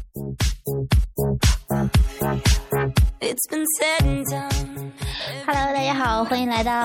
Hello， 大家好，欢迎来到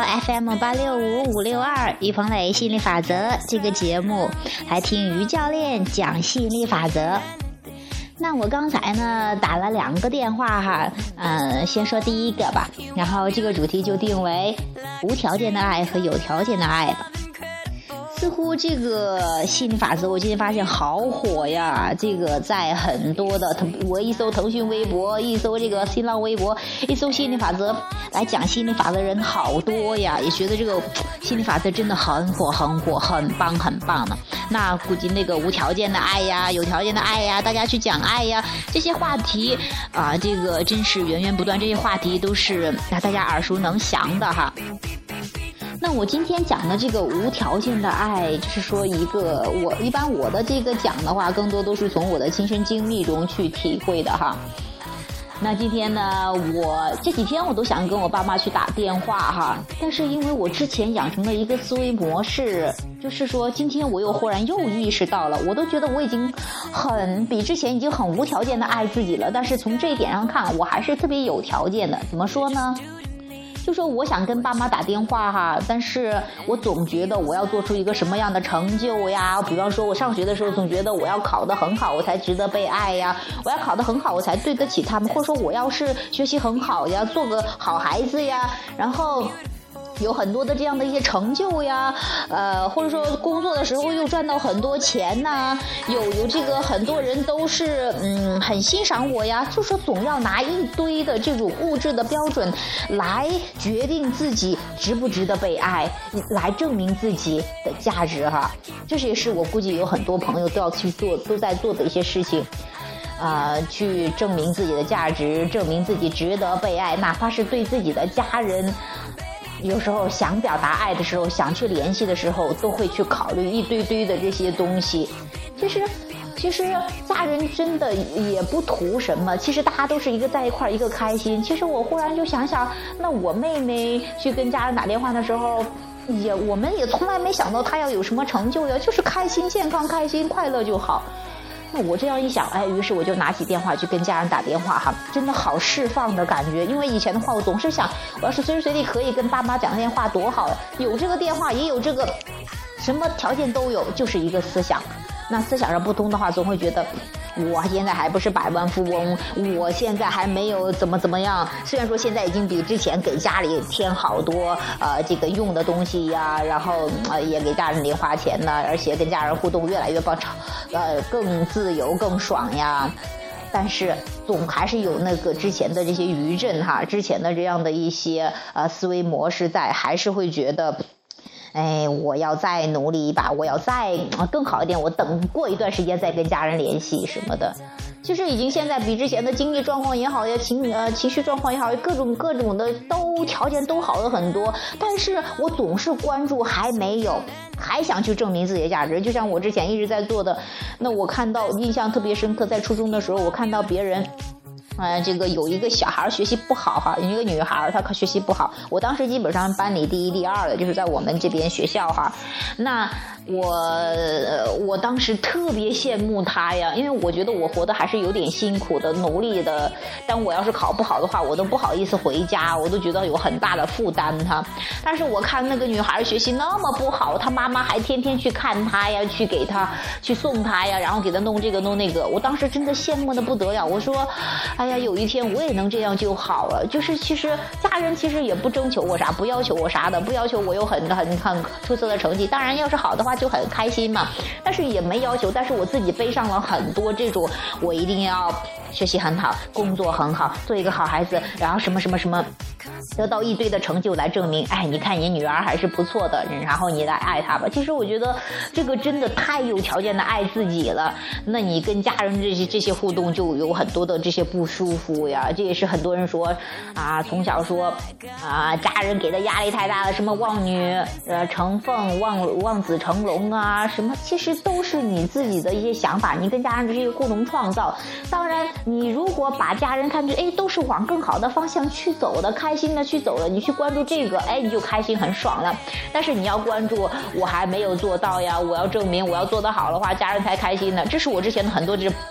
FM865562于鹏磊吸引力法则这个节目，来听于教练讲吸引力法则。那我刚才呢打了2个电话哈，先说第一个吧，然后这个主题就定为无条件的爱和有条件的爱吧。似乎这个吸引力法则我今天发现好火呀，这个在很多的我一搜腾讯微博，一搜这个新浪微博，一搜吸引力法则来讲吸引力法则的人好多呀，也觉得这个吸引力法则真的很火很火，很棒很棒的。那估计那个无条件的爱呀，有条件的爱呀，大家去讲爱呀，这些话题啊，这个真是源源不断，这些话题都是大家耳熟能详的哈。那我今天讲的这个无条件的爱，就是说我的这个讲的话，更多都是从我的亲身经历中去体会的哈。那今天呢，我这几天我都想跟我爸妈去打电话哈，但是因为我之前养成了一个思维模式，就是说今天我忽然意识到了，我都觉得我已经比之前已经很无条件的爱自己了，但是从这一点上看，我还是特别有条件的。怎么说呢？就说我想跟爸妈打电话哈，但是我总觉得我要做出一个什么样的成就呀，比方说我上学的时候总觉得我要考得很好我才值得被爱呀，我要考得很好我才对得起他们，或者说我要是学习很好呀，做个好孩子呀，然后有很多的这样的一些成就呀，或者说工作的时候又赚到很多钱呐，有这个很多人都是很欣赏我呀，就说总要拿一堆的这种物质的标准来决定自己值不值得被爱，来证明自己的价值哈。这也是我估计有很多朋友都在做的一些事情。去证明自己的价值，证明自己值得被爱，哪怕是对自己的家人。有时候想表达爱的时候，想去联系的时候，都会去考虑一堆的这些东西。其实家人真的也不图什么，其实大家都是在一块一个开心。其实我忽然就想想，那我妹妹去跟家人打电话的时候，我们也从来没想到她要有什么成就呀，就是开心、健康、开心、快乐就好。那我这样一想，于是我就拿起电话去跟家人打电话哈，真的好释放的感觉。因为以前的话，我总是想，我要是随时随地可以跟爸妈讲电话多好呀，有这个电话，也有这个，什么条件都有，就是一个思想。那思想上不通的话，总会觉得我现在还不是百万富翁，我现在还没有怎么样。虽然说现在已经比之前给家里添好多这个用的东西呀，然后也给家人零花钱呢，而且跟家人互动越来越更自由更爽呀。但是总还是有那个之前的这些余震哈，之前的这样的一些思维模式在，还是会觉得。我要再努力一把，我要再更好一点，我等过一段时间再跟家人联系什么的。其实已经现在比之前的经济状况也好呀，情绪状况也好，各种的条件都好了很多，但是我总是关注还没有，还想去证明自己的价值。就像我之前一直在做的，那我看到印象特别深刻，在初中的时候我看到别人这个有一个小孩学习不好哈，有一个女孩她学习不好，我当时基本上班里第1、第2的，就是在我们这边学校哈。那我当时特别羡慕她呀，因为我觉得我活得还是有点辛苦的，努力的。但我要是考不好的话，我都不好意思回家，我都觉得有很大的负担哈。但是我看那个女孩学习那么不好，她妈妈还天天去看她呀，去给她去送她呀，然后给她弄这个弄那个，我当时真的羡慕的不得了。我说哎呀，有一天我也能这样就好了。就是其实家人其实也不征求我啥，不要求我啥的，不要求我有很出色的成绩，当然要是好的话就很开心嘛，但是也没要求。但是我自己背上了很多这种，我一定要学习很好，工作很好，做一个好孩子，然后什么得到一堆的成就来证明，你看你女儿还是不错的，然后你来爱她吧。其实我觉得这个真的太有条件的爱自己了。那你跟家人这些互动就有很多的这些不舒服呀。这也是很多人说从小说家人给的压力太大了，什么望女成凤，望子成龙啊，什么其实都是你自己的一些想法，你跟家人这些共同创造。当然你如果把家人看成都是往更好的方向去走的，开心的去走了，你去关注这个你就开心很爽了。但是你要关注我还没有做到呀，我要证明我要做得好的话家人才开心呢。这是我之前的很多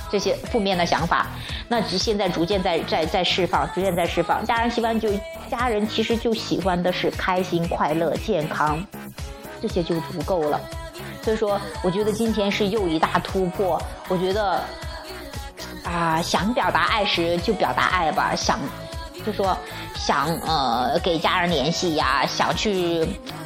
这些负面的想法，那现在逐渐在释放，逐渐在释放。家人其实就喜欢的是开心、快乐、健康，这些就足够了。所以说，我觉得今天是又一大突破。我觉得想表达爱时就表达爱吧，想给家人联系呀，想去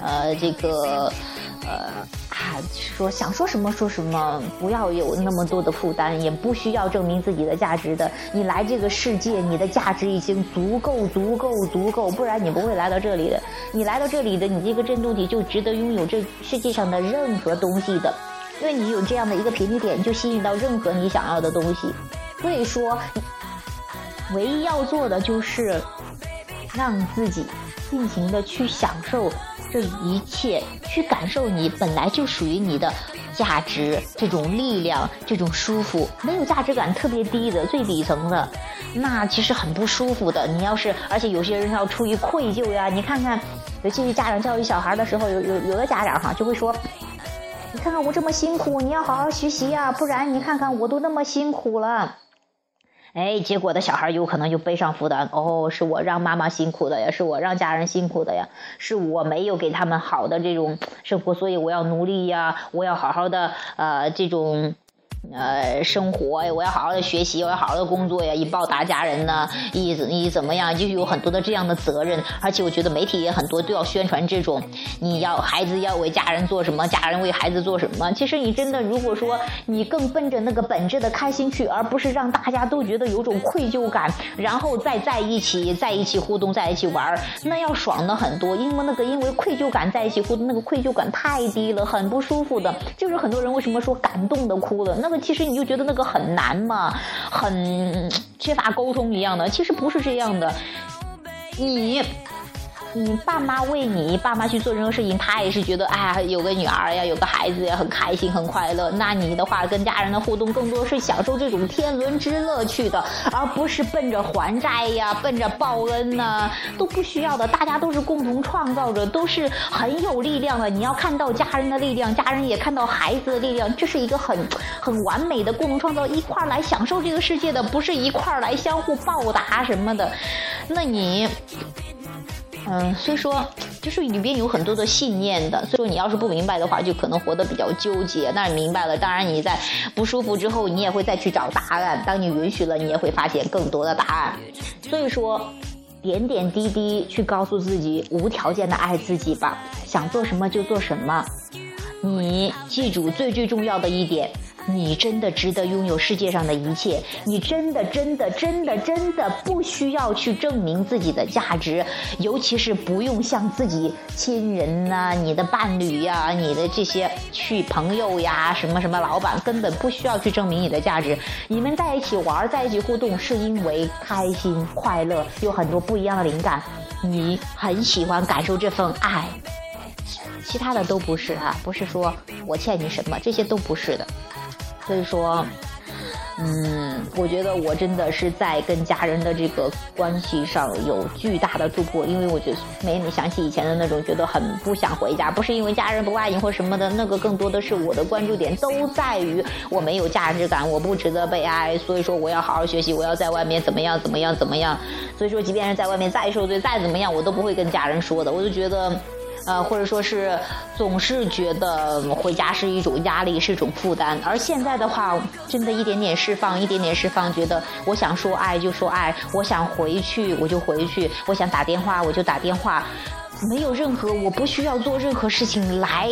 想说什么说什么，不要有那么多的负担，也不需要证明自己的价值的。你来这个世界，你的价值已经足够，不然你不会来到这里的。你来到这里的，你这个振动体就值得拥有这世界上的任何东西的，因为你有这样的一个频率点，就吸引到任何你想要的东西。所以说，唯一要做的就是让自己尽情的去享受这一切，去感受你本来就属于你的价值，这种力量，这种舒服。没有价值感特别低的，最底层的，那其实很不舒服的。而且有些人要出于愧疚呀，你看看，尤其是家长教育小孩的时候，有的家长就会说，你看看我这么辛苦，你要好好学习呀，不然你看看我都那么辛苦了。结果的小孩有可能就背上负担，是我让妈妈辛苦的呀，是我让家人辛苦的呀，是我没有给他们好的这种生活，所以我要努力呀，我要好好的这种生活，我要好好的学习，我要好好的工作呀，以报答家人呢，以怎么样，就有很多的这样的责任。而且我觉得媒体也很多都要宣传这种，孩子要为家人做什么，家人为孩子做什么。其实你真的如果说你更奔着那个本质的开心去，而不是让大家都觉得有种愧疚感，然后再在一起互动，在一起玩，那要爽的很多。因为愧疚感在一起互动，那个愧疚感太低了，很不舒服的。就是很多人为什么说感动的哭了，那个其实你就觉得那个很难嘛，很缺乏沟通一样的。其实不是这样的，你爸妈为你爸妈去做任何事情，他也是觉得有个女儿呀，有个孩子呀，很开心很快乐。那你的话跟家人的互动更多是享受这种天伦之乐去的，而不是奔着还债呀，奔着报恩呐，都不需要的。大家都是共同创造者，都是很有力量的。你要看到家人的力量，家人也看到孩子的力量，这是一个很完美的共同创造，一块来享受这个世界的，不是一块来相互报答什么的。那你所以说就是里边有很多的信念的，所以说你要是不明白的话，就可能活得比较纠结。但是明白了，当然你在不舒服之后，你也会再去找答案。当你允许了，你也会发现更多的答案。所以说点点滴滴去告诉自己，无条件的爱自己吧，想做什么就做什么。你记住最重要的一点，你真的值得拥有世界上的一切，你真的不需要去证明自己的价值，尤其是不用向自己亲人啊，你的伴侣呀，你的这些朋友呀，什么老板，根本不需要去证明你的价值。你们在一起玩，在一起互动，是因为开心快乐，有很多不一样的灵感，你很喜欢感受这份爱，其他的都不是不是说我欠你什么，这些都不是的。所以说我觉得我真的是在跟家人的这个关系上有巨大的突破。因为我觉得每想起以前的那种觉得很不想回家，不是因为家人不爱你或什么的，那个更多的是我的关注点都在于我没有价值感，我不值得被爱，所以说我要好好学习，我要在外面怎么样。所以说即便是在外面再受罪再怎么样，我都不会跟家人说的。我就觉得或者说是总是觉得回家是一种压力，是一种负担。而现在的话，真的一点点释放，觉得我想说爱就说爱，我想回去我就回去，我想打电话我就打电话，没有任何，我不需要做任何事情来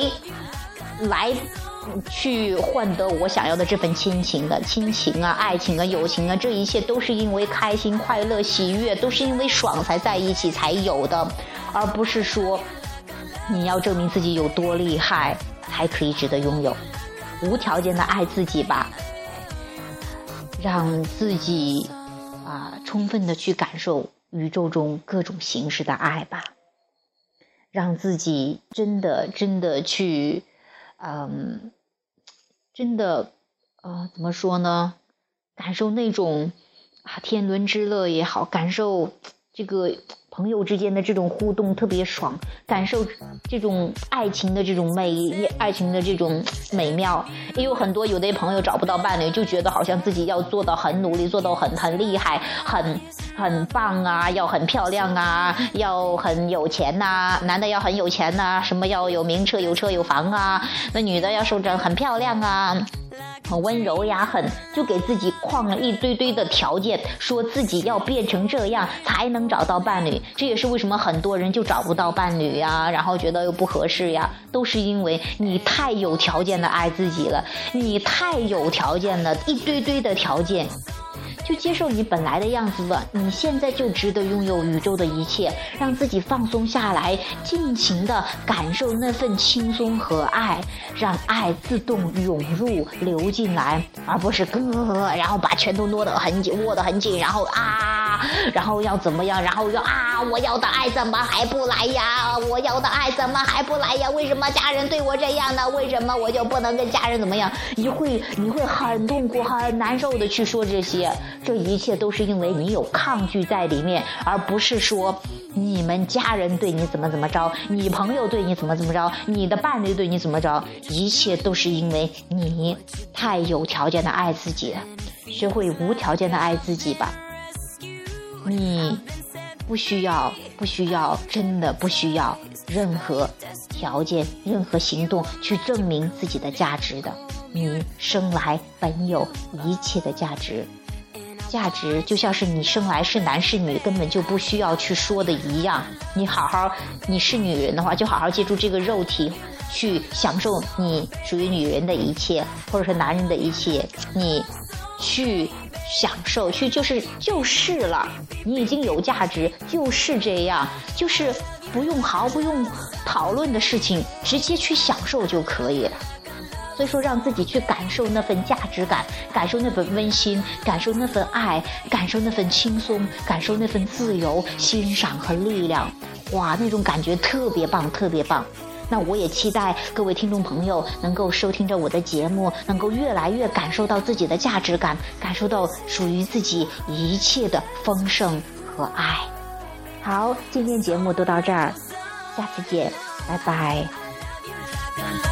去换得我想要的这份亲情啊，爱情啊，友情啊，这一切都是因为开心快乐喜悦，都是因为爽才在一起才有的，而不是说你要证明自己有多厉害才可以值得拥有。无条件的爱自己吧，让自己充分的去感受宇宙中各种形式的爱吧，让自己真的去怎么说呢，感受那种天伦之乐也好，感受这个朋友之间的这种互动特别爽，感受这种爱情的这种爱情的这种美妙。也有很多有的朋友找不到伴侣，就觉得好像自己要做到很努力，做到很厉害，很棒啊，要很漂亮啊，要很有钱呐，男的要很有钱呐，什么要有名车有车有房啊，那女的要说着很漂亮啊，很温柔呀，就给自己框了一堆堆的条件，说自己要变成这样才能找到伴侣。这也是为什么很多人就找不到伴侣呀，然后觉得又不合适呀，都是因为你太有条件的爱自己了，你太有条件了，一堆堆的条件。就接受你本来的样子了，你现在就值得拥有宇宙的一切，让自己放松下来，尽情的感受那份轻松和爱，让爱自动涌入流进来，而不是然后把拳头握得很紧，然后要怎么样，然后我要的爱怎么还不来呀，我要的爱怎么还不来呀，为什么家人对我这样呢，为什么我就不能跟家人怎么样，你会很痛苦很难受的去说这些，这一切都是因为你有抗拒在里面，而不是说你们家人对你怎么着，你朋友对你怎么着，你的伴侣对你怎么着，一切都是因为你太有条件的爱自己了。学会无条件的爱自己吧，你不需要，真的不需要任何条件任何行动去证明自己的价值的，你生来本有一切的价值就像是你生来是男是女根本就不需要去说的一样，你是女人的话就好好借助这个肉体去享受你属于女人的一切，或者是男人的一切，你去享受就是了，你已经有价值，就是这样，就是不用讨论的事情，直接去享受就可以了。所以说让自己去感受那份价值感，感受那份温馨，感受那份爱，感受那份轻松，感受那份自由、欣赏和力量，哇，那种感觉特别棒特别棒。那我也期待各位听众朋友能够收听着我的节目，能够越来越感受到自己的价值感，感受到属于自己一切的丰盛和爱。好，今天节目都到这儿，下次见，拜拜。